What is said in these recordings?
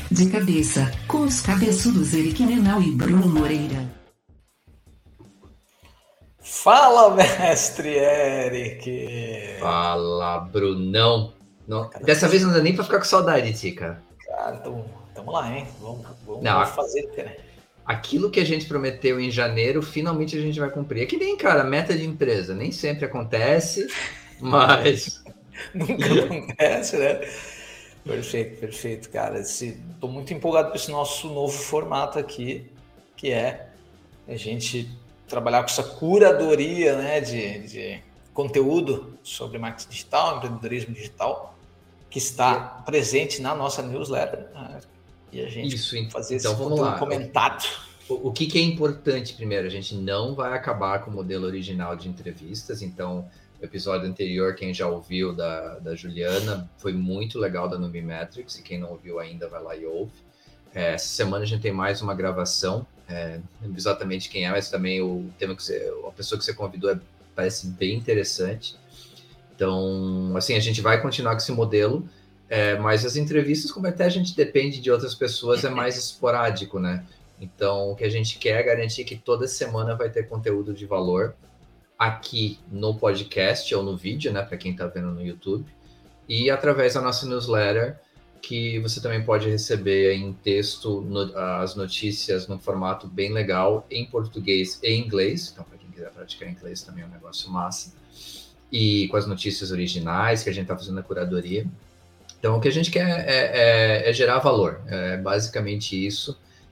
De cabeça, com os cabeçudos Eric Menal e Bruno Moreira. Fala, mestre Eric! Fala, Brunão! Não, dessa vez não dá nem pra ficar com saudade de ti, cara. Cara, então, tamo lá, hein? Vamos Não, fazer, cara. Aquilo que a gente prometeu em janeiro, finalmente a gente vai cumprir. É que nem, cara, meta de empresa. Nem sempre acontece, mas... Nunca acontece, né? Perfeito, cara. Tô muito empolgado com esse nosso novo formato aqui, que é a gente trabalhar com essa curadoria, né, de conteúdo sobre marketing digital, empreendedorismo digital, que está presente na nossa newsletter, né? E a gente fazer então, esse conteúdo comentado. O que é importante primeiro? A gente não vai acabar com o modelo original de entrevistas, então o episódio anterior, quem já ouviu da Juliana, foi muito legal da Nubimetrics, e quem não ouviu ainda vai lá e ouve. Essa semana a gente tem mais uma gravação, não exatamente quem é, mas também o tema a pessoa que você convidou parece bem interessante. Então, assim, a gente vai continuar com esse modelo, mas as entrevistas, como até a gente depende de outras pessoas, é mais esporádico, né? Então, o que a gente quer é garantir que toda semana vai ter conteúdo de valor aqui no podcast ou no vídeo, né, para quem está vendo no YouTube, e através da nossa newsletter, que você também pode receber em texto as notícias num formato bem legal, em português e inglês. Então, para quem quiser praticar inglês também é um negócio massa. E com as notícias originais que a gente está fazendo na curadoria. Então, o que a gente quer é gerar valor. É basicamente isso.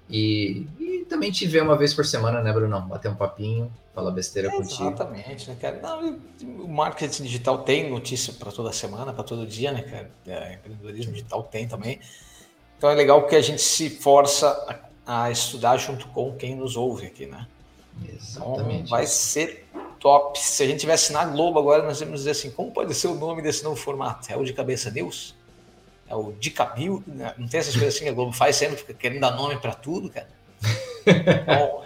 E também te ver uma vez por semana, né, Bruno? Bater um papinho, falar besteira contigo. Exatamente, né, cara? Não, o marketing digital tem notícia para toda semana, para todo dia, né, cara? Empreendedorismo digital tem também. Então é legal que a gente se força a estudar junto com quem nos ouve aqui, né? Exatamente. Então vai ser top. Se a gente tivesse na Globo agora, nós íamos dizer assim, como pode ser o nome desse novo formato? É o de Cabeça News? É o Dica Mil? Não tem essas coisas assim que a Globo faz sempre, fica querendo dar nome para tudo, cara. Então,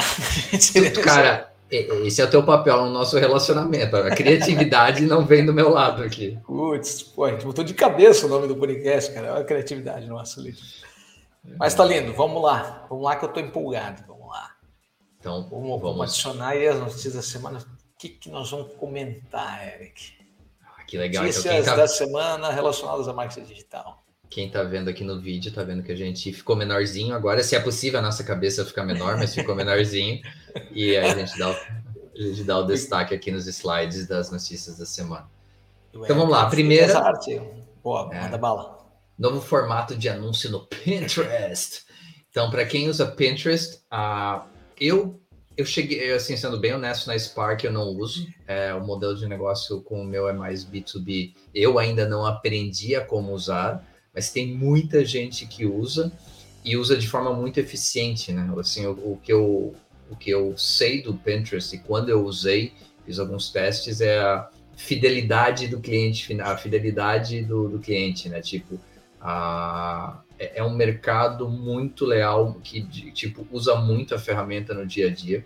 cara, esse é o teu papel no nosso relacionamento. A criatividade não vem do meu lado aqui. Putz, pô, a gente botou de cabeça o nome do podcast, cara. Olha a criatividade nossa ali. Mas tá lindo, vamos lá que eu tô empolgado, vamos lá. Então, vamos adicionar aí as notícias da semana. O que nós vamos comentar, Eric? Que legal. Notícias então, da semana relacionadas a marketing digital. Quem tá vendo aqui no vídeo, tá vendo que a gente ficou menorzinho agora. Se é possível, a nossa cabeça ficar menor, mas ficou menorzinho. E aí a gente dá o destaque aqui nos slides das notícias da semana. Então vamos lá. A primeira... Boa, manda bala. Novo formato de anúncio no Pinterest. Então, para quem usa Pinterest, eu cheguei, assim, sendo bem honesto, na Spark eu não uso. O modelo de negócio com o meu é mais B2B. Eu ainda não aprendi a como usar, mas tem muita gente que usa e usa de forma muito eficiente, né? Assim, o que eu sei do Pinterest e quando eu usei, fiz alguns testes, é a fidelidade do cliente, a fidelidade do cliente, né? Tipo, é um mercado muito leal que, tipo, usa muito a ferramenta no dia a dia.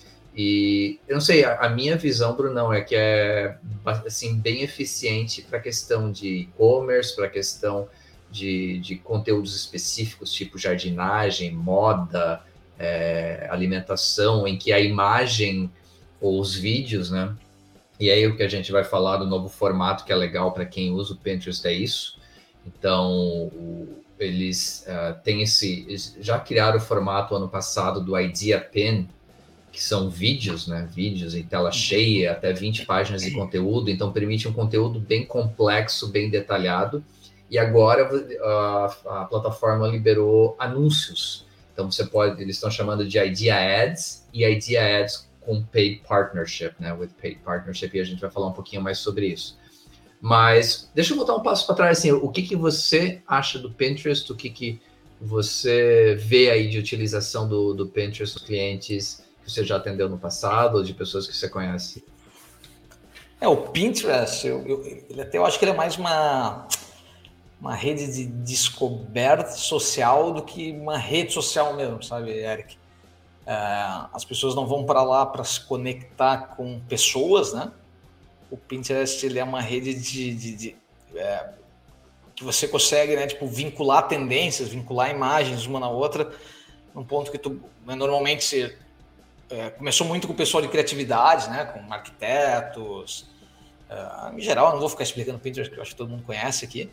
E eu não sei, a minha visão, Brunão, é que é assim, bem eficiente para a questão de e-commerce, para a questão de conteúdos específicos, tipo jardinagem, moda, alimentação, em que a imagem ou os vídeos, né? E aí o que a gente vai falar do novo formato que é legal para quem usa o Pinterest é isso. Então, eles já criaram o formato ano passado do Idea Pin, que são vídeos, né? Vídeos em tela cheia, até 20 páginas de conteúdo, então permite um conteúdo bem complexo, bem detalhado. E agora a plataforma liberou anúncios. Então eles estão chamando de Idea Ads e Idea Ads com Paid Partnership, né? With Paid Partnership, e a gente vai falar um pouquinho mais sobre isso. Mas deixa eu voltar um passo para trás, assim, o que você acha do Pinterest, o que você vê aí de utilização do Pinterest dos clientes que você já atendeu no passado ou de pessoas que você conhece? O Pinterest, eu acho que ele é mais uma rede de descoberta social do que uma rede social mesmo, sabe, Eric? As pessoas não vão para lá para se conectar com pessoas, né? O Pinterest ele é uma rede que que você consegue, né, tipo, vincular tendências, vincular imagens uma na outra, num ponto que tu, né, normalmente você começou muito com o pessoal de criatividade, né, com arquitetos, em geral, eu não vou ficar explicando o Pinterest, que eu acho que todo mundo conhece aqui.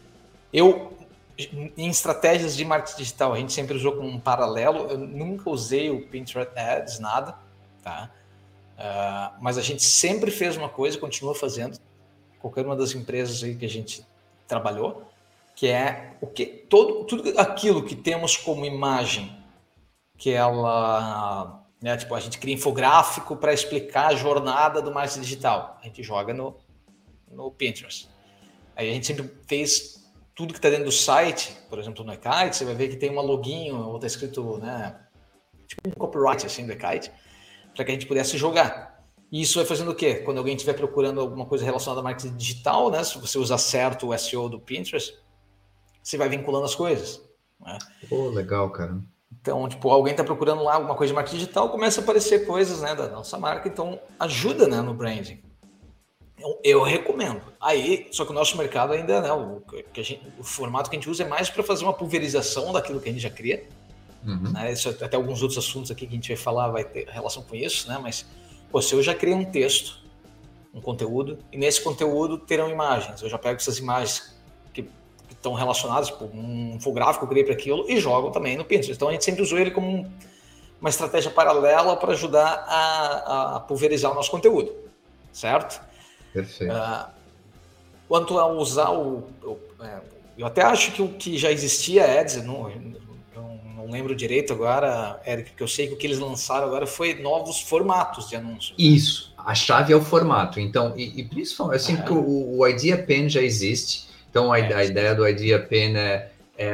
Em estratégias de marketing digital, a gente sempre usou como um paralelo, eu nunca usei o Pinterest Ads, nada, tá? Mas a gente sempre fez uma coisa, continua fazendo, qualquer uma das empresas aí que a gente trabalhou, que é tudo aquilo que temos como imagem, que ela, né, tipo, a gente cria infográfico para explicar a jornada do marketing digital, a gente joga no Pinterest. Aí a gente sempre fez tudo que está dentro do site, por exemplo, no eKite, você vai ver que tem uma login, ou está escrito, né, tipo um copyright assim do eKite, para que a gente pudesse jogar. E isso vai fazendo o quê? Quando alguém estiver procurando alguma coisa relacionada a marketing digital, né, se você usar certo o SEO do Pinterest, você vai vinculando as coisas. Né? Pô, legal, cara. Então, tipo, alguém está procurando lá alguma coisa de marketing digital, começa a aparecer coisas, né, da nossa marca, então ajuda, né, no branding. Eu recomendo. Aí, só que o nosso mercado ainda, né, o formato que a gente usa é mais para fazer uma pulverização daquilo que a gente já cria. Uhum. Né? Isso, até alguns outros assuntos aqui que a gente vai falar vai ter relação com isso, né? Mas, pô, se eu já criei um texto, um conteúdo, e nesse conteúdo terão imagens. Eu já pego essas imagens que estão relacionadas, tipo, um infográfico que eu criei para aquilo e jogo também no Pinterest. Então a gente sempre usou ele como uma estratégia paralela para ajudar a pulverizar o nosso conteúdo, certo? Perfeito. Quanto a usar eu até acho que o que já existia Ads, eu não lembro direito agora, Eric, que eu sei que o que eles lançaram agora foi novos formatos de anúncios. Isso, a chave é o formato. Então, e principalmente assim, porque o Idea Pen já existe. Então, a ideia do Idea Pen é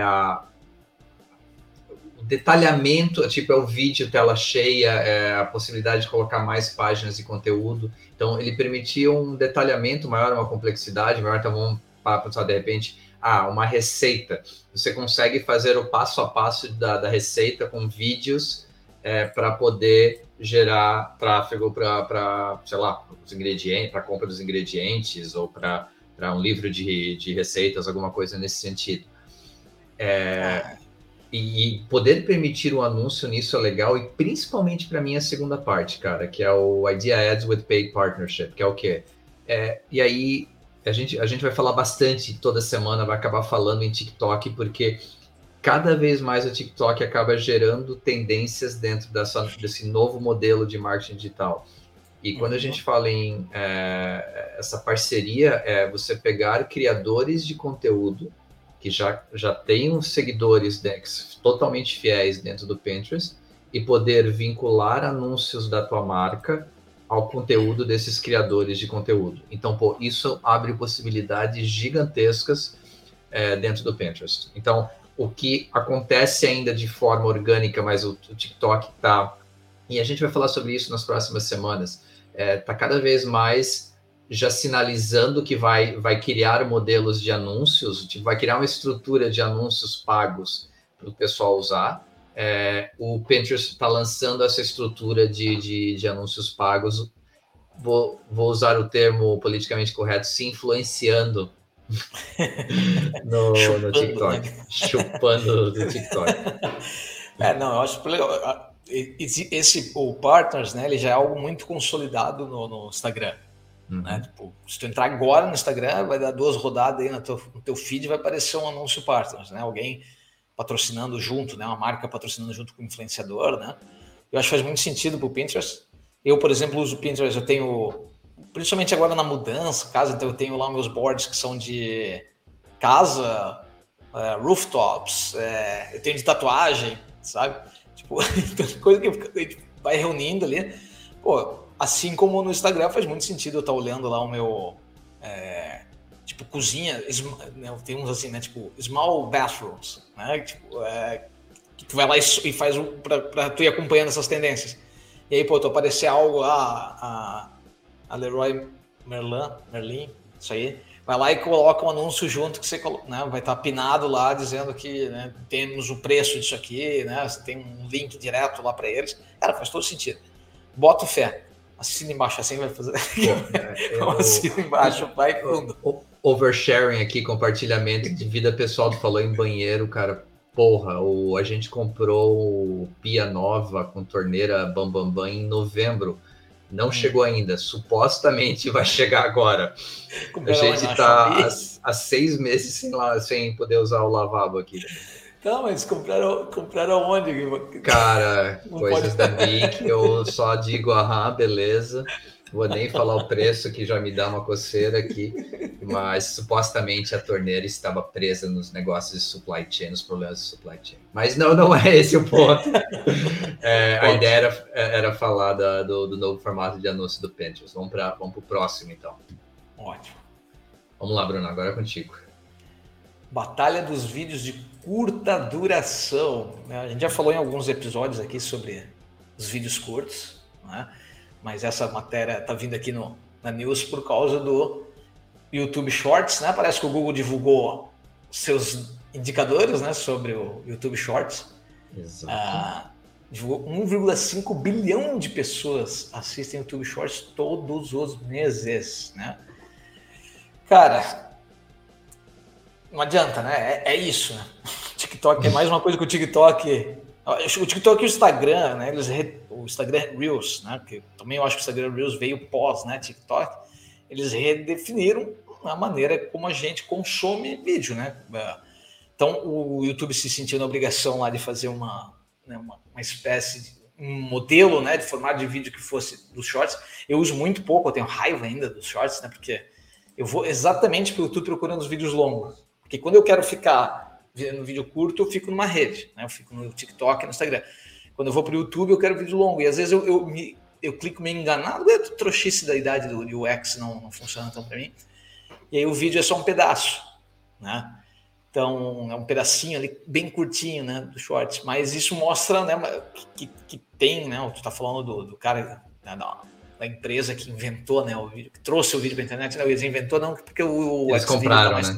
o detalhamento, tipo, é o vídeo, tela cheia, é a possibilidade de colocar mais páginas de conteúdo. Então, ele permitia um detalhamento maior, uma complexidade maior. Então, vamos pensar, de repente, uma receita. Você consegue fazer o passo a passo da receita com vídeos para poder gerar tráfego para, sei lá, os ingredientes, para a compra dos ingredientes ou para um livro de receitas, alguma coisa nesse sentido. E poder permitir um anúncio nisso é legal, e principalmente para mim a segunda parte, cara, que é o Idea Ads with Paid Partnership, que é o quê? E aí a gente vai falar bastante toda semana, vai acabar falando em TikTok, porque cada vez mais o TikTok acaba gerando tendências dentro desse novo modelo de marketing digital. E quando a gente fala em essa parceria, você pegar criadores de conteúdo que já tem uns seguidores totalmente fiéis dentro do Pinterest e poder vincular anúncios da tua marca ao conteúdo desses criadores de conteúdo. Então, isso abre possibilidades gigantescas dentro do Pinterest. Então, o que acontece ainda de forma orgânica, mas o TikTok está... E a gente vai falar sobre isso nas próximas semanas. Está cada vez mais já sinalizando que vai criar modelos de anúncios, vai criar uma estrutura de anúncios pagos para o pessoal usar. O Pinterest está lançando essa estrutura de anúncios pagos. Vou usar o termo politicamente correto, se influenciando no TikTok. Né? Chupando do TikTok. Não, eu acho legal. O Partners, né, ele já é algo muito consolidado no Instagram. Né? Tipo, se tu entrar agora no Instagram, vai dar 2 rodadas aí no teu feed, vai aparecer um anúncio Partners, né? Alguém patrocinando junto, né? Uma marca patrocinando junto com o influenciador, né? Eu acho que faz muito sentido para o Pinterest. Eu, por exemplo, uso o Pinterest, eu tenho, principalmente agora na mudança, então eu tenho lá meus boards que são de casa, rooftops, eu tenho de tatuagem, sabe? Tipo, coisa que a gente vai reunindo ali. Pô, assim como no Instagram faz muito sentido eu estar olhando lá o meu, tipo, cozinha, tem uns assim, né, tipo, small bathrooms, né, tipo, que tu vai lá e faz pra tu ir acompanhando essas tendências. E aí, pô, tu aparecer algo lá, a Leroy Merlin, isso aí, vai lá e coloca um anúncio junto que você, né, vai estar pinado lá dizendo que, né, temos o preço disso aqui, né, você tem um link direto lá para eles. Cara, faz todo sentido. Bota fé. Assina embaixo, assim vai fazer. Assina embaixo, vai fundo. oversharing aqui, compartilhamento de vida pessoal. Tu falou em banheiro, cara. Porra, a gente comprou pia nova com torneira Bambambam em novembro. Não chegou ainda. Supostamente vai chegar agora. A gente tá há 6 meses sem poder usar o lavabo aqui. Não, mas compraram onde? Cara, coisas da Bic, eu só digo, beleza. Vou nem falar o preço, que já me dá uma coceira aqui. Mas supostamente a torneira estava presa nos negócios de supply chain, nos problemas de supply chain. Mas não é esse o ponto. A ideia era falar do novo formato de anúncio do Pinterest. Vamos para o próximo, então. Ótimo. Vamos lá, Bruno, agora é contigo. Batalha dos vídeos de curta duração. A gente já falou em alguns episódios aqui sobre os vídeos curtos, né? Mas essa matéria está vindo aqui na News por causa do YouTube Shorts, né? Parece que o Google divulgou seus indicadores, né, sobre o YouTube Shorts. Exato. Divulgou 1,5 bilhão de pessoas assistem YouTube Shorts todos os meses, né? Cara, não adianta, né? É isso, né? O TikTok é mais uma coisa que o TikTok... O TikTok e o Instagram, né? O Instagram Reels, né? Porque também eu acho que o Instagram Reels veio pós, né? TikTok. Eles redefiniram a maneira como a gente consome vídeo, né? Então o YouTube se sentiu na obrigação lá de fazer uma espécie de um modelo, né? De formato de vídeo que fosse dos shorts. Eu uso muito pouco, eu tenho raiva ainda dos shorts, né? Porque eu vou exatamente para o YouTube procurando os vídeos longos. Porque quando eu quero ficar no vídeo curto, eu fico numa rede, né? Eu fico no TikTok e no Instagram. Quando eu vou para o YouTube, eu quero vídeo longo. E às vezes eu clico meio enganado, a trouxice da idade do UX não funciona tão para mim. E aí o vídeo é só um pedaço, né? Então é um pedacinho ali bem curtinho, né, do Shorts. Mas isso mostra, né, que tem, né? Tu tá falando do cara, né, da empresa que inventou, né, o vídeo, que trouxe o vídeo para a internet. Não, eles inventou não, porque eles compraram, tá né?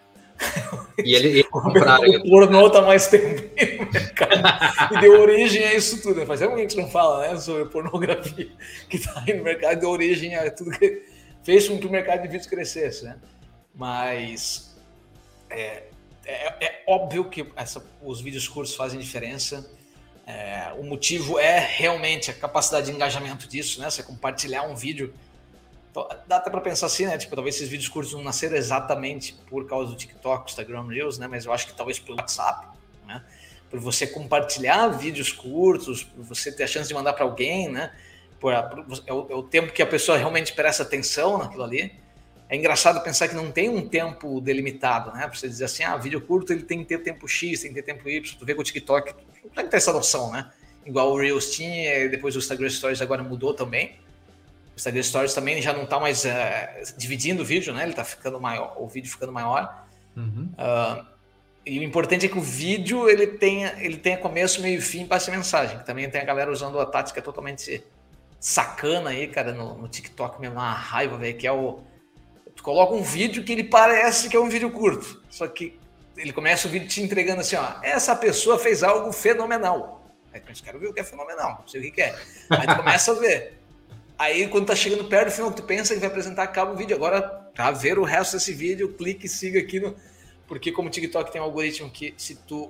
E ele compraram. O pornô tá mais tempo no mercado e deu origem a isso tudo. Faz tempo que a gente não fala, né, sobre pornografia que tá aí no mercado, deu origem a tudo que fez com que o mercado de vídeos crescesse, né? Mas é óbvio que os vídeos curtos fazem diferença. O motivo é realmente a capacidade de engajamento disso, né? Você compartilhar um vídeo. Dá até para pensar assim, né? Tipo, talvez esses vídeos curtos não nasceram exatamente por causa do TikTok, Instagram Reels, né? Mas eu acho que talvez pelo WhatsApp, né? Por você compartilhar vídeos curtos, por você ter a chance de mandar para alguém, né? É o tempo que a pessoa realmente presta atenção naquilo ali. É engraçado pensar que não tem um tempo delimitado, né? Pra você dizer assim, vídeo curto ele tem que ter tempo X, tem que ter tempo Y. Tu vê que o TikTok tem que ter essa noção, né? Igual o Reels tinha, depois o Instagram Stories agora mudou também. O Instagram Stories também já não está mais dividindo o vídeo, né? Ele está ficando maior, o vídeo ficando maior. Uhum. E o importante é que o vídeo ele tenha começo, meio e fim para essa mensagem. Também tem a galera usando a tática totalmente sacana aí, cara, no TikTok mesmo, uma raiva, velho, que é tu coloca um vídeo que ele parece que é um vídeo curto, só que ele começa o vídeo te entregando assim, essa pessoa fez algo fenomenal. Aí tu quero ver o que é fenomenal, não sei o que é. Aí tu começa a ver. Aí, quando tá chegando perto do final, tu pensa que vai apresentar, acaba o vídeo. Agora, para ver o resto desse vídeo, clique e siga aqui Porque como o TikTok tem um algoritmo que, se tu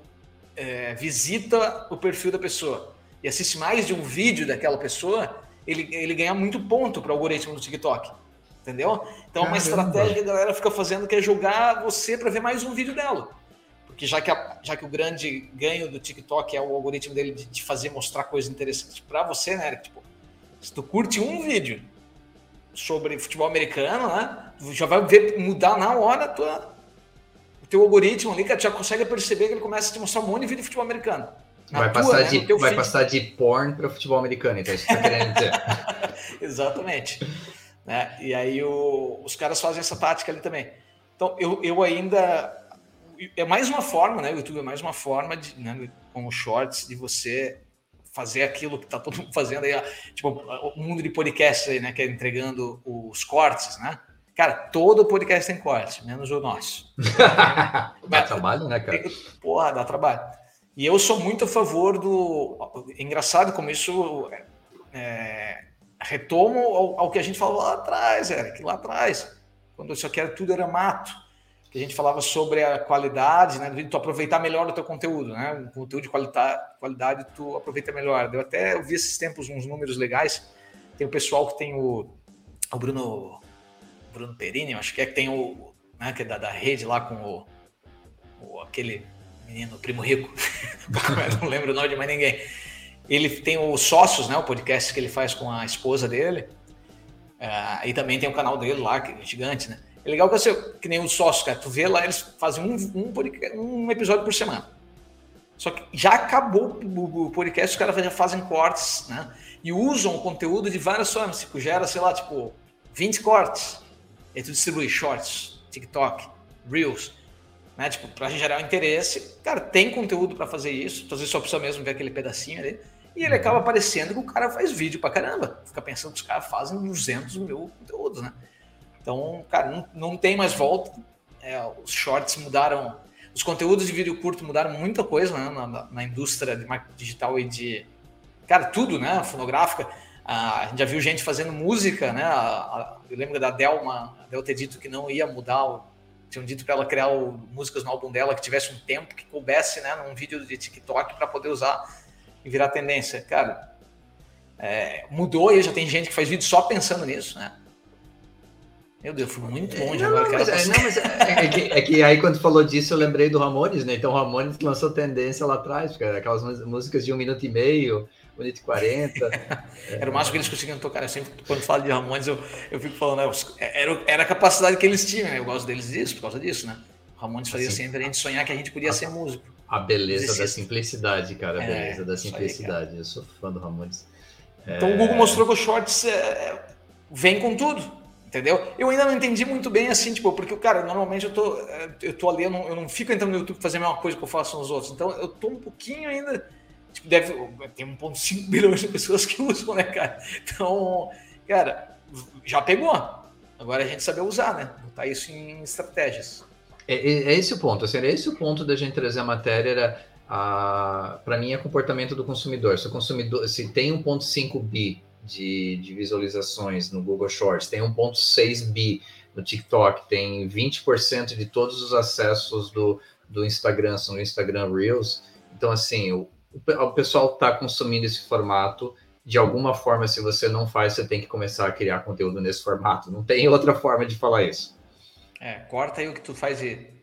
visita o perfil da pessoa e assiste mais de um vídeo daquela pessoa, ele ganha muito ponto para o algoritmo do TikTok. Entendeu? Então, uma estratégia que a galera fica fazendo que é jogar você para ver mais um vídeo dela. Porque já que o grande ganho do TikTok é o algoritmo dele de fazer, mostrar coisas interessantes para você, né, Eric? Tipo, se tu curte um vídeo sobre futebol americano, né, tu já vai ver mudar na hora o teu algoritmo ali, que já consegue perceber que ele começa a te mostrar um monte de vídeo de futebol americano. Vai passar de porn para futebol americano, então isso que tá querendo dizer. Exatamente. Né? E aí os caras fazem essa tática ali também. Então eu ainda... É mais uma forma, né? O YouTube é mais uma forma, né, com os shorts, de você fazer aquilo que tá todo mundo fazendo aí, tipo, o mundo de podcasts aí, né, que é entregando os cortes, né? Cara, todo podcast tem corte, menos o nosso. Dá trabalho, né, cara? Porra, dá trabalho. E eu sou muito a favor do... Engraçado como isso retoma ao que a gente falou lá atrás, Eric, lá atrás. quando isso aqui tudo era mato, que a gente falava sobre a qualidade, né, de tu aproveitar melhor o teu conteúdo, né, um conteúdo de qualidade tu aproveita melhor. Eu vi esses tempos uns números legais, tem o pessoal que tem o Bruno Perini, acho que tem o, né, que é da rede lá com aquele menino, Primo Rico, não lembro o nome de mais ninguém. Ele tem os Sócios, né, o podcast que ele faz com a esposa dele, e também tem o canal dele lá, que é gigante, né. É legal que nem os Sócios, cara, tu vê lá, eles fazem um episódio por semana. Só que já acabou o podcast, os caras já fazem cortes, né? E usam o conteúdo de várias formas. Tipo, gera, sei lá, 20 cortes. E aí tu distribui shorts, TikTok, Reels, né? Tipo, pra gerar um interesse. Cara, tem conteúdo pra fazer isso. Às vezes só precisa mesmo ver aquele pedacinho ali. E ele acaba aparecendo que o cara faz vídeo pra caramba. Fica pensando que os caras fazem 200 mil conteúdos, né? Então, cara, não tem mais volta. Os shorts mudaram, os conteúdos de vídeo curto mudaram muita coisa, né, na indústria de marketing digital e de, cara, tudo, né, fonográfica. A gente já viu gente fazendo música, né? Eu lembro da Delma, a Del ter dito que não ia mudar, tinham dito para ela criar músicas no álbum dela que tivesse um tempo que coubesse, né, num vídeo de TikTok para poder usar e virar tendência. Cara, mudou e já tem gente que faz vídeo só pensando nisso, né? Meu Deus, fui muito longe agora. É que aí quando falou disso eu lembrei do Ramones, né? Então o Ramones lançou tendência lá atrás, porque aquelas músicas de 1 minuto e meio, 1 minuto e 40. Era o máximo que eles conseguiam tocar. Eu sempre, quando falo de Ramones, eu fico falando, era a capacidade que eles tinham, né? Eu gosto deles disso, por causa disso, né? O Ramones fazia sempre a gente sonhar que a gente podia ser músico. A beleza da simplicidade, cara. A beleza da simplicidade. Aí, eu sou fã do Ramones. Então o Google mostrou que o Shorts vem com tudo. Entendeu? Eu ainda não entendi muito bem assim, porque, cara, normalmente eu tô ali, eu não fico entrando no YouTube fazer a mesma coisa que eu faço nos outros. Então eu tô um pouquinho ainda, tem 1,5 bilhões de pessoas que usam, né, cara? Então, cara, já pegou. Agora a gente saber usar, né? Botar isso em estratégias. É esse o ponto. Assim, era esse o ponto da gente trazer a matéria. Para mim, é comportamento do consumidor. Se tem 1,5 bi de visualizações no Google Shorts, tem 1,6 bi no TikTok, tem 20% de todos os acessos do Instagram são no Instagram Reels. Então, assim, o pessoal está consumindo esse formato. De alguma forma, se você não faz, você tem que começar a criar conteúdo nesse formato. Não tem outra forma de falar isso. Corta aí o que tu faz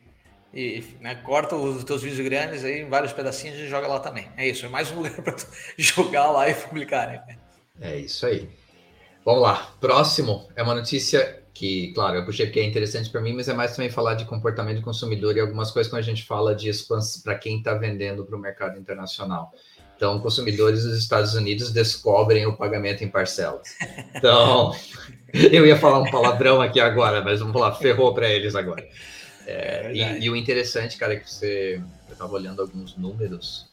né, corta os teus vídeos grandes aí em vários pedacinhos e joga lá também. É isso, é mais um lugar para tu jogar lá e publicar, né? É isso aí. Vamos lá. Próximo é uma notícia que, claro, eu puxei porque é interessante para mim, mas é mais também falar de comportamento do consumidor e algumas coisas quando a gente fala de expansão para quem está vendendo para o mercado internacional. Então, consumidores dos Estados Unidos descobrem o pagamento em parcelas. Então, eu ia falar um palavrão aqui agora, mas vamos lá, ferrou para eles agora. E o interessante, cara, é que eu estava olhando alguns números,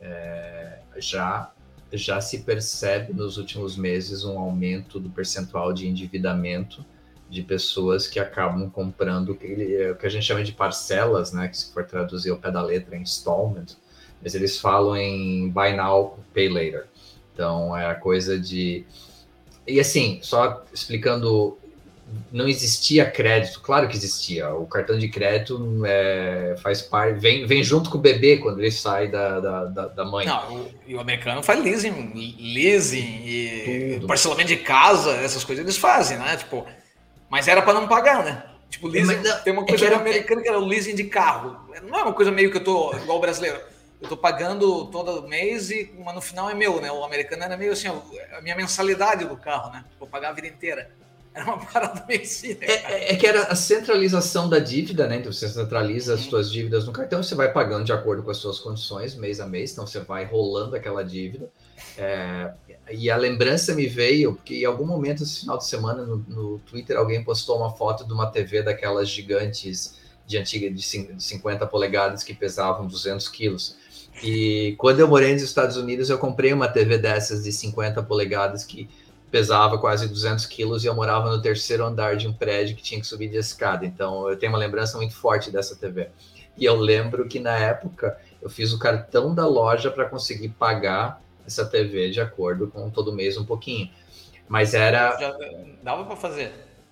já se percebe nos últimos meses um aumento do percentual de endividamento de pessoas que acabam comprando o que a gente chama de parcelas, né? Que se for traduzir ao pé da letra, installment, mas eles falam em buy now, pay later. Então, é a coisa de... E assim, só explicando, não existia crédito, claro que existia. O cartão de crédito faz parte, vem junto com o bebê quando ele sai da mãe. Não, e o americano faz leasing e tudo. Parcelamento de casa, essas coisas eles fazem, né? Mas era para não pagar, né? Leasing, tem uma coisa do americano que era o leasing de carro. Não é uma coisa meio que eu tô igual o brasileiro. Eu tô pagando todo mês, mas no final é meu, né? O americano era meio assim, a minha mensalidade do carro, né? Vou pagar a vida inteira. Era uma parada meio assim, né, é que era a centralização da dívida, né? Então você centraliza as suas dívidas no cartão, você vai pagando de acordo com as suas condições, mês a mês, então você vai rolando aquela dívida. E a lembrança me veio, porque em algum momento esse final de semana no Twitter alguém postou uma foto de uma TV daquelas gigantes de 50 polegadas que pesavam 200 quilos. E quando eu morei nos Estados Unidos, eu comprei uma TV dessas de 50 polegadas que pesava quase 200 quilos e eu morava no 3º andar de um prédio que tinha que subir de escada. Então, eu tenho uma lembrança muito forte dessa TV. E eu lembro que, na época, eu fiz o cartão da loja para conseguir pagar essa TV de acordo com todo mês um pouquinho. Mas era... Já dava para fazer?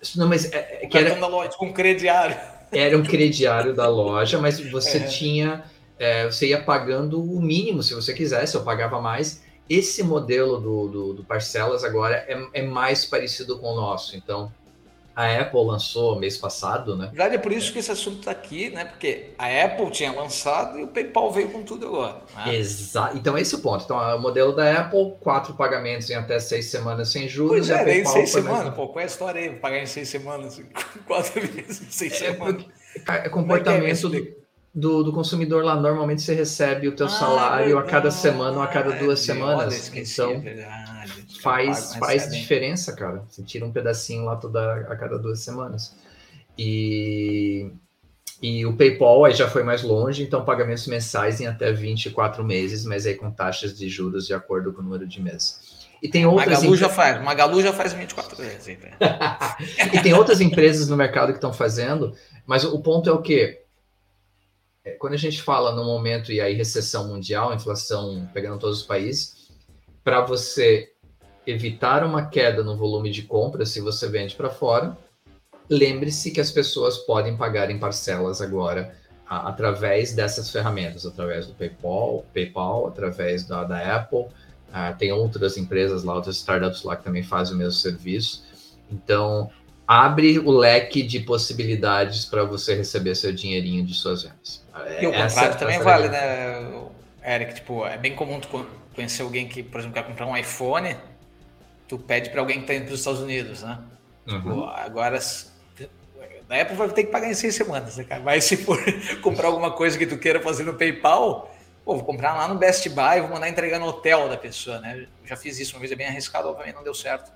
Não, mas que era da loja, com crediário. Era um crediário da loja, mas você tinha, você ia pagando o mínimo se você quisesse, eu pagava mais. Esse modelo do Parcelas agora é mais parecido com o nosso. Então, a Apple lançou mês passado, né? Na verdade, é por isso que esse assunto está aqui, né? Porque a Apple tinha lançado e o PayPal veio com tudo agora. Né? Exato. Então, esse é o ponto. Então, o modelo da Apple, 4 pagamentos em até 6 semanas sem juros. Pois é, veio em 6 semanas. Pô, qual é a história aí? Pagar em 6 semanas, 4 vezes em 6 semanas. É comportamento do consumidor lá. Normalmente você recebe o teu salário a cada semana ou a cada 2 semanas. Então, faz diferença, cara. Você tira um pedacinho lá a cada 2 semanas. E o PayPal aí já foi mais longe, então pagamentos mensais em até 24 meses, mas aí com taxas de juros de acordo com o número de meses. E tem outras Magalu já faz 24 vezes. E tem outras empresas no mercado que estão fazendo, mas o ponto é o quê? Quando a gente fala no momento, e aí recessão mundial, inflação pegando todos os países, para você evitar uma queda no volume de compras se você vende para fora, lembre-se que as pessoas podem pagar em parcelas agora através dessas ferramentas, através do PayPal, através da Apple, tem outras empresas lá, outras startups lá que também fazem o mesmo serviço. Então, abre o leque de possibilidades para você receber seu dinheirinho de suas vendas. E o contrário também vale, né, Eric? Tipo, é bem comum tu conhecer alguém que, por exemplo, quer comprar um iPhone, tu pede para alguém que está indo para os Estados Unidos, né? Tipo, agora, na Apple vai ter que pagar em 6 semanas, né, cara? Mas se for comprar alguma coisa que tu queira fazer no PayPal, pô, vou comprar lá no Best Buy, vou mandar entregar no hotel da pessoa, né? Eu já fiz isso uma vez, é bem arriscado, obviamente não deu certo.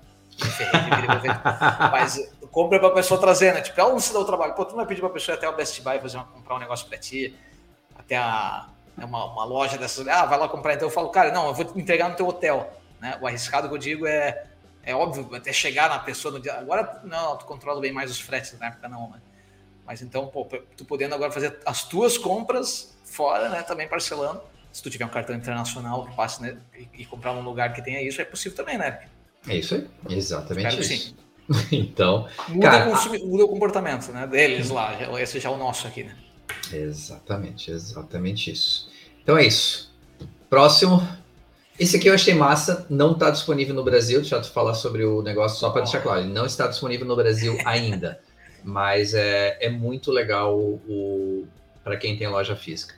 Mas compra pra pessoa trazer, né? Tipo, ela não se dá o trabalho. Pô, tu não vai pedir pra pessoa ir até o Best Buy comprar um negócio pra ti, até uma loja dessas. Vai lá comprar. Então eu falo, cara, não, eu vou te entregar no teu hotel, né? O arriscado que eu digo é óbvio, até chegar na pessoa no dia. Agora, não, tu controla bem mais os fretes, na época não, né? Mas então, pô, tu podendo agora fazer as tuas compras fora, né? Também parcelando. Se tu tiver um cartão internacional que passe, né, e comprar num lugar que tenha isso, é possível também, né? É isso aí, exatamente isso. Sim. Então, muda o comportamento, né, deles lá, esse já é o nosso aqui, né? Exatamente isso. Então é isso. Próximo. Esse aqui eu achei massa, não está disponível no Brasil, deixa eu te falar sobre o negócio só para deixar claro, ele não está disponível no Brasil ainda, mas é muito legal para quem tem loja física.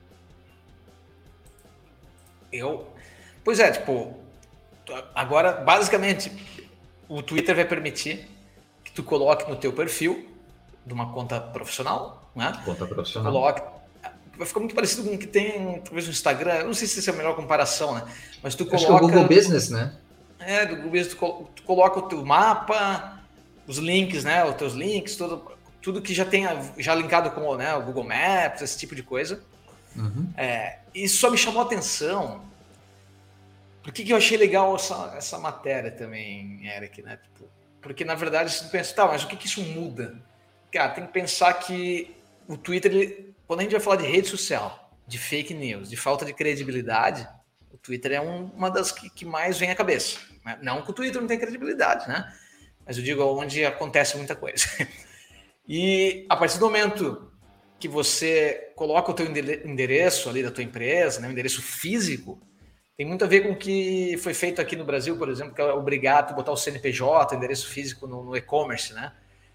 Pois é, tipo, agora, basicamente, o Twitter vai permitir que tu coloque no teu perfil de uma conta profissional, né? Conta profissional. Vai ficar muito parecido com o que tem, talvez, no Instagram. Eu não sei se essa é a melhor comparação, né? Mas tu coloca... Acho que é o Google Business, né? Do Google Business, tu coloca o teu mapa, os links, né? Os teus links, tudo que já tenha já linkado com, né, o Google Maps, esse tipo de coisa. E só me chamou a atenção. Por que eu achei legal essa matéria também, Eric, né? Tipo, porque, na verdade, você pensa, mas o que isso muda? Cara, tem que pensar que o Twitter, quando a gente vai falar de rede social, de fake news, de falta de credibilidade, o Twitter é uma das que mais vem à cabeça. Né? Não que o Twitter não tenha credibilidade, né? Mas eu digo onde acontece muita coisa. E a partir do momento que você coloca o teu endereço ali da tua empresa, né, o endereço físico, tem muito a ver com o que foi feito aqui no Brasil, por exemplo, que é obrigado a botar o CNPJ, endereço físico no e-commerce, né?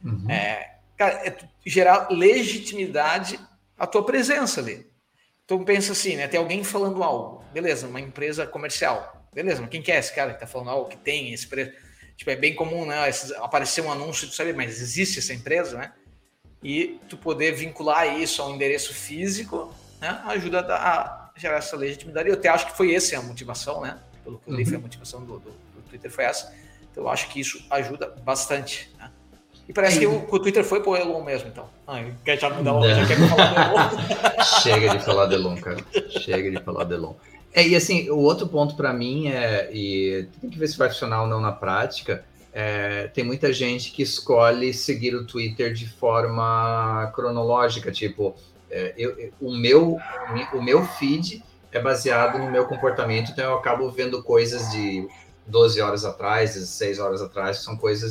Cara, gerar legitimidade à tua presença ali. Então pensa assim, né? Tem alguém falando algo, beleza, uma empresa comercial, beleza, mas quem que é esse cara que tá falando algo que tem esse preço? Tipo, é bem comum, né? Aparecer um anúncio, tu sabe, mas existe essa empresa, né? E tu poder vincular isso a um endereço físico, né? Ajuda a gerar essa legitimidade. Eu até acho que foi essa a motivação, né? Pelo que eu li, foi a motivação do Twitter foi essa. Então eu acho que isso ajuda bastante, né? E parece que o Twitter foi pro Elon mesmo, então. Quer já mudar já quer falar do Elon? Chega de falar do Elon, cara. Chega de falar do Elon. E assim, o outro ponto para mim e tem que ver se vai funcionar ou não na prática, tem muita gente que escolhe seguir o Twitter de forma cronológica, tipo, o meu feed é baseado no meu comportamento, então eu acabo vendo coisas de 12 horas atrás, 16 horas atrás, que são coisas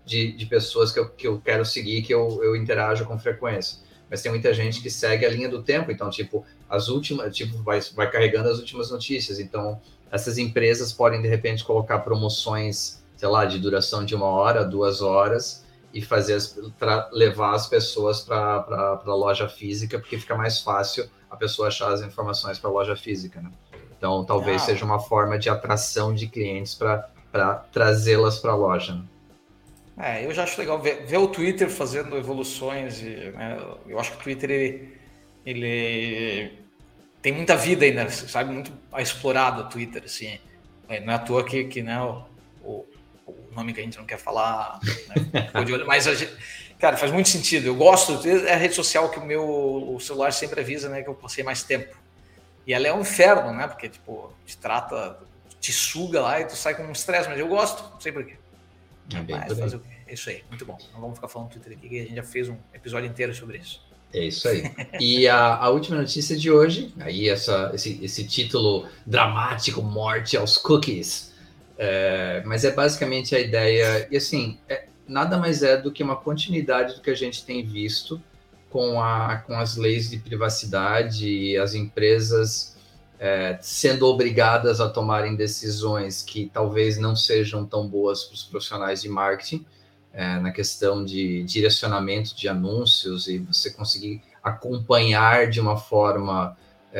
de pessoas que eu quero seguir, que eu interajo com frequência. Mas tem muita gente que segue a linha do tempo, então, tipo, as últimas, tipo, vai carregando as últimas notícias. Então, essas empresas podem, de repente, colocar promoções, sei lá, de duração de 1 hora, 2 horas, e fazer levar as pessoas para a loja física, porque fica mais fácil a pessoa achar as informações para a loja física, né? Então, talvez seja uma forma de atração de clientes para trazê-las para a loja, né? Eu já acho legal ver o Twitter fazendo evoluções. Né? Eu acho que o Twitter ele tem muita vida ainda, sabe? Muito a explorar do Twitter, assim. Não é à toa que né, o nome que a gente não quer falar, né? Mas cara, faz muito sentido. Eu gosto, é a rede social que o celular sempre avisa, né, que eu passei mais tempo. E ela é um inferno, né? Porque, tipo, te suga lá e tu sai com um estresse, mas eu gosto, não sei porquê. Mas fazer o quê? É isso aí, muito bom. Não vamos ficar falando do Twitter aqui, que a gente já fez um episódio inteiro sobre isso. É isso aí. E a última notícia de hoje, aí esse título dramático, morte aos cookies, mas é basicamente a ideia, e assim, nada mais é do que uma continuidade do que a gente tem visto com as leis de privacidade e as empresas sendo obrigadas a tomarem decisões que talvez não sejam tão boas para os profissionais de marketing, na questão de direcionamento de anúncios e você conseguir acompanhar de uma forma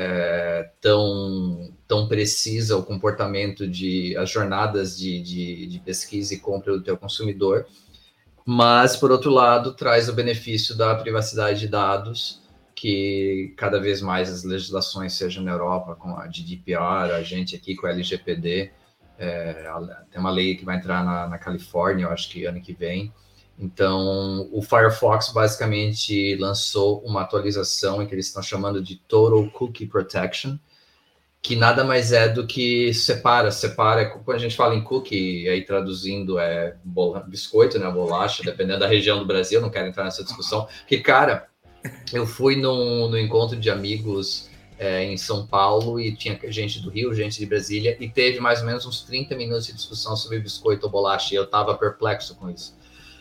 tão precisa o comportamento as jornadas de pesquisa e compra do teu consumidor, mas, por outro lado, traz o benefício da privacidade de dados, que cada vez mais as legislações, seja na Europa com a GDPR, a gente aqui com a LGPD, tem uma lei que vai entrar na Califórnia, eu acho que ano que vem. Então, o Firefox basicamente lançou uma atualização em que eles estão chamando de Total Cookie Protection, que nada mais é do que separa. Quando a gente fala em cookie, aí traduzindo biscoito, né, bolacha, dependendo da região do Brasil, não quero entrar nessa discussão, porque, cara, eu fui no encontro de amigos em São Paulo e tinha gente do Rio, gente de Brasília, e teve mais ou menos uns 30 minutos de discussão sobre biscoito ou bolacha, e eu estava perplexo com isso.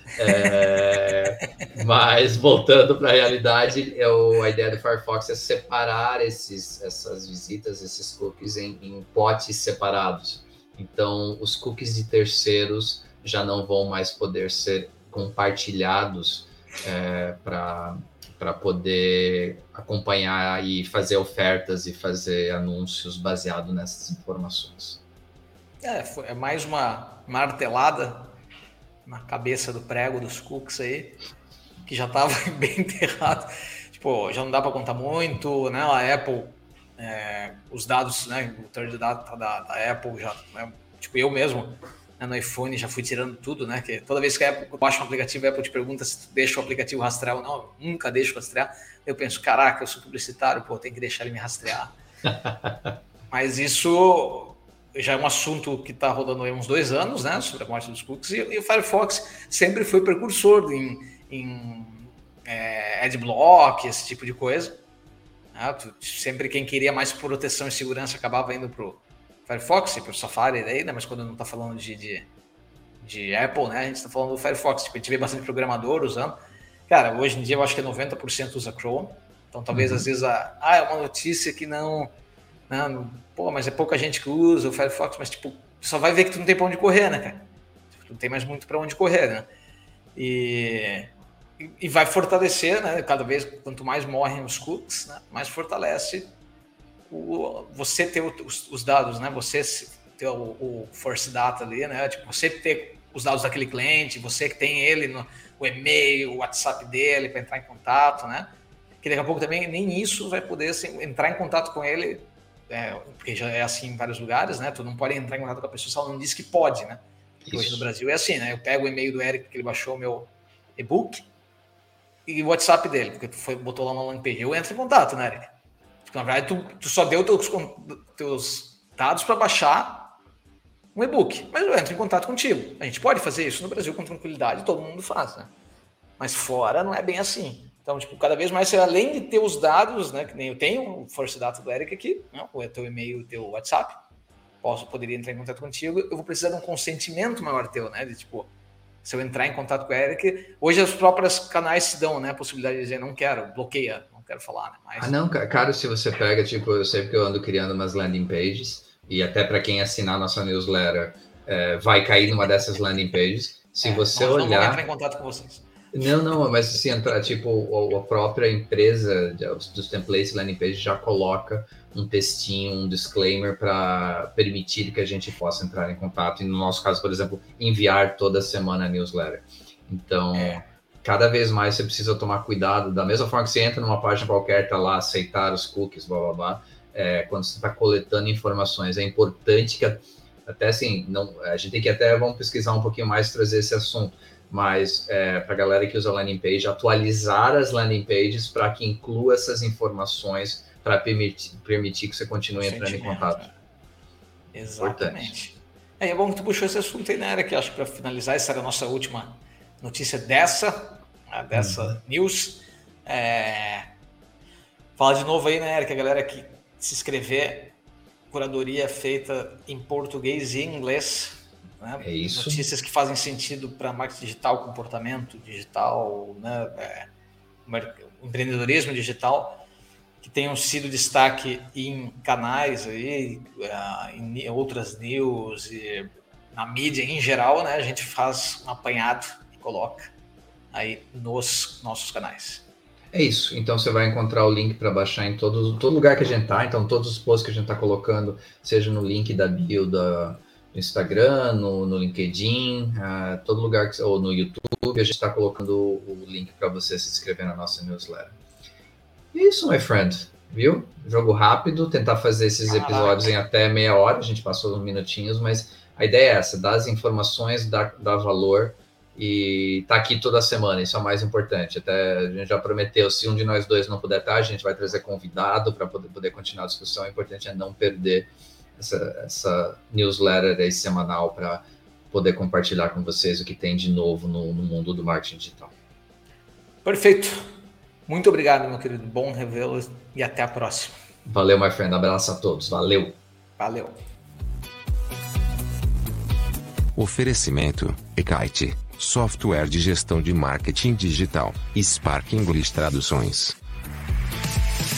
Mas voltando para a realidade, a ideia do Firefox é separar essas visitas, esses cookies em potes separados. Então, os cookies de terceiros já não vão mais poder ser compartilhados para poder acompanhar e fazer ofertas e fazer anúncios baseado nessas informações. É mais uma martelada na cabeça do prego dos cookies aí, que já estava bem enterrado. Tipo, já não dá para contar muito, né? A Apple, os dados, né? O third data da Apple já, né? Tipo, eu mesmo, né, no iPhone já fui tirando tudo, né? Que toda vez que a Apple baixa um aplicativo, a Apple te pergunta se tu deixa o aplicativo rastrear ou não. Eu nunca deixo rastrear. Eu penso, caraca, eu sou publicitário, pô, tem que deixar ele me rastrear. Mas isso já é um assunto que está rodando aí uns 2 anos, né, sobre a morte dos cookies, e o Firefox sempre foi precursor em adblock, esse tipo de coisa. Sempre quem queria mais proteção e segurança acabava indo para o Firefox, para o Safari, daí, né, mas quando não está falando de Apple, né, a gente está falando do Firefox. Tipo, a gente vê bastante programador usando. Cara, hoje em dia eu acho que 90% usa Chrome, então talvez às vezes é uma notícia que não, pô, mas é pouca gente que usa o Firefox, mas tipo, só vai ver que tu não tem para onde correr, né, cara? Tu não tem mais muito para onde correr, né? E vai fortalecer, né? Cada vez, quanto mais morrem os cookies, né, mais fortalece você ter os dados, né? Você ter o first data ali, né? Tipo, você ter os dados daquele cliente, você que tem ele o e-mail, o WhatsApp dele para entrar em contato, né? Que daqui a pouco também nem isso vai poder assim, entrar em contato com ele. Porque já é assim em vários lugares, né? Tu não pode entrar em contato com a pessoa se ela não diz que pode, né? Hoje no Brasil é assim, né? Eu pego o e-mail do Eric, que ele baixou o meu e-book, e o WhatsApp dele, porque tu botou lá uma landing page. Eu entro em contato, né, Eric? Porque, na verdade, tu só deu teus dados para baixar um e-book, mas eu entro em contato contigo. A gente pode fazer isso no Brasil com tranquilidade, todo mundo faz, né? Mas fora não é bem assim. Então, tipo, cada vez mais, além de ter os dados, né, que nem eu tenho o First Data do Eric aqui, né, o teu e-mail, o teu WhatsApp, poderia entrar em contato contigo, eu vou precisar de um consentimento maior teu, né, de tipo, Se eu entrar em contato com o Eric, hoje os próprios canais se dão, né, a possibilidade de dizer, não quero, bloqueia, não quero falar, né? Mas... não, cara, se você pega, tipo, eu sei porque eu ando criando umas landing pages, e até para quem assinar nossa newsletter, vai cair numa dessas landing pages. Se você olhar... Não vou entrar em contato com vocês. Não, mas se entrar, tipo, a própria empresa dos templates landing page já coloca um textinho, um disclaimer para permitir que a gente possa entrar em contato. E no nosso caso, por exemplo, enviar toda semana a newsletter. Então, cada vez mais você precisa tomar cuidado. Da mesma forma que você entra numa página qualquer, tá lá, aceitar os cookies, blá, blá, blá. Quando você está coletando informações, é importante que, até assim, a gente tem que vamos pesquisar um pouquinho mais, trazer esse assunto. Mas para a galera que usa landing page, atualizar as landing pages para que inclua essas informações para permitir que você continue entrando em contato. Exatamente. É bom que tu puxou esse assunto aí, né, Eric? Acho que para finalizar, essa era a nossa última notícia dessa news. Fala de novo aí, né, Eric? A galera que se inscrever, curadoria feita em português e inglês. Né? É isso. Notícias que fazem sentido para marketing digital, comportamento digital, né? Empreendedorismo digital, que tenham sido destaque em canais aí, em outras news e na mídia em geral, né? A gente faz um apanhado e coloca aí nos nossos canais. É isso. Então você vai encontrar o link para baixar em todo lugar que a gente tá. Então todos os posts que a gente está colocando, seja no link da bio do Instagram, no LinkedIn, todo lugar, ou no YouTube, a gente está colocando o link para você se inscrever na nossa newsletter. E é isso, my friend, viu? Jogo rápido, tentar fazer esses episódios em até meia hora, a gente passou uns minutinhos, mas a ideia é essa, dar as informações, dar valor e tá aqui toda semana, isso é o mais importante. Até a gente já prometeu, se um de nós dois não puder estar, a gente vai trazer convidado para poder continuar a discussão. O importante é não perder essa newsletter aí semanal para poder compartilhar com vocês o que tem de novo no mundo do marketing digital. Perfeito. Muito obrigado, meu querido. Bom revê-lo e até a próxima. Valeu, my friend. Abraço a todos. Valeu. Valeu. Oferecimento: Ekite, software de gestão de marketing digital. Spark English Traduções.